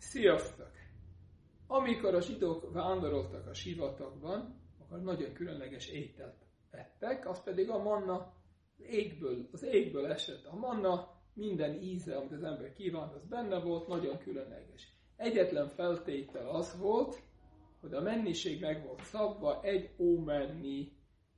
Sziasztok! Amikor a zsidók vándoroltak a sivatagban, akkor nagyon különleges ételt ettek, az pedig a manna az égből esett. A manna minden íze, amit az ember kívánt, az benne volt, nagyon különleges. Egyetlen feltétel az volt, hogy a mennyiség meg volt szabva, egy ómennyi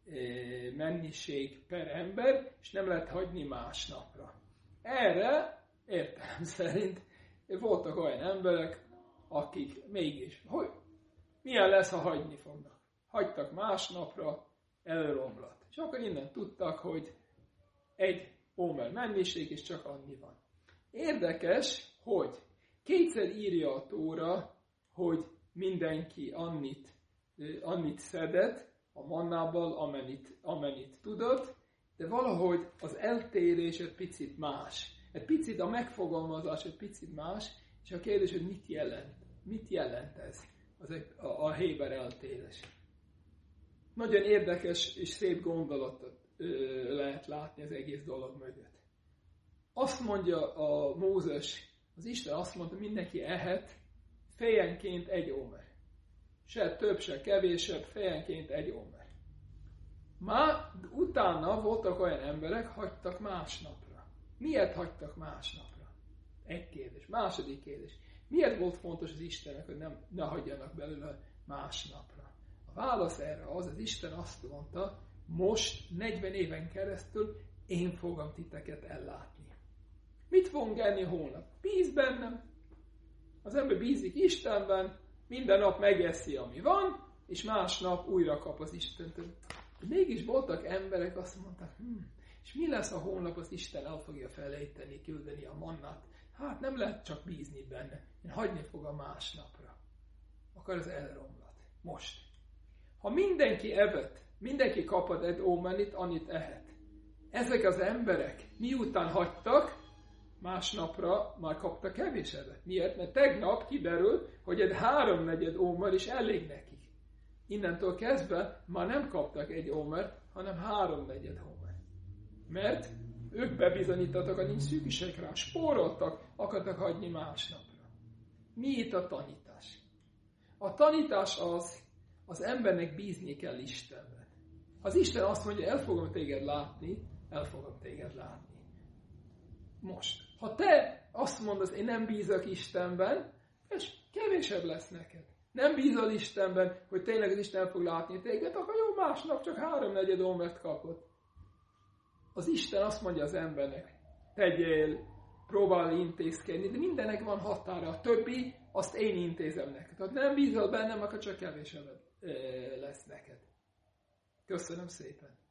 mennyiség per ember, és nem lehet hagyni másnapra. Erre értelem szerint voltak olyan emberek, akik mégis, milyen lesz, ha hagyni fognak. Hagytak másnapra, elromlott. És akkor innen tudtak, hogy egy ómer mennyiség, és csak annyi van. Érdekes, hogy kétszer írja a Tóra, hogy mindenki annyit szedett a mannából, amennyit tudott, de valahogy az eltérés egy picit más. Egy picit a megfogalmazás egy picit más, és a kérdés, hogy mit jelent? Mit jelent ez? A héber eltérés. Nagyon érdekes és szép gondolatot lehet látni az egész dolog mögött. Azt mondja a Mózes, az Isten azt mondta, mindenki ehet fejenként egy ómer. Se több, se kevésebb, fejenként egy ómer. Már utána voltak olyan emberek, hagytak másnapra. Miért hagytak másnapra? Egy kérdés. Második kérdés. Miért volt fontos az Istennek, hogy ne hagyjanak belőle másnapra? A válasz erre az Isten azt mondta, most 40 éven keresztül én fogom titeket ellátni. Mit fogunk enni holnap? Bíz bennem. Az ember bízik Istenben, minden nap megeszi, ami van, és másnap újra kap az Istentől. De mégis voltak emberek, azt mondták, és mi lesz, ha holnap az Isten el fogja felejteni, küldeni a mannát? Hát nem lehet csak bízni benne. Én hagyni fogom másnapra. Akkor az elromlott. Most. Ha mindenki evett, mindenki kapott egy ómenit, annyit ehet. Ezek az emberek miután hagytak, másnapra már kaptak kevésebbet. Miért? Mert tegnap kiderül, hogy egy 3/4 ómer is elég nekik. Innentől kezdve már nem kaptak egy ómert, hanem 3/4 ómer. Mert ők bebizonyítottak, hogy nincs szükség rá, spóroltak, akartak hagyni másnapra. Mi itt a tanítás? A tanítás az embernek bízni kell Istenben. Az Isten azt mondja, el fogom téged látni, el fogom téged látni. Most. Ha te azt mondod, én nem bízok Istenben, és kevésebb lesz neked. Nem bízol Istenben, hogy tényleg az Isten el fog látni téged, akkor jó, másnap csak 3/4 ómert kapod. Az Isten azt mondja az embernek, tegyél, próbálj intézkedni, de mindennek van határa. A többi, azt én intézem neked. Ha nem bízol bennem, akkor csak kevésebb lesz neked. Köszönöm szépen.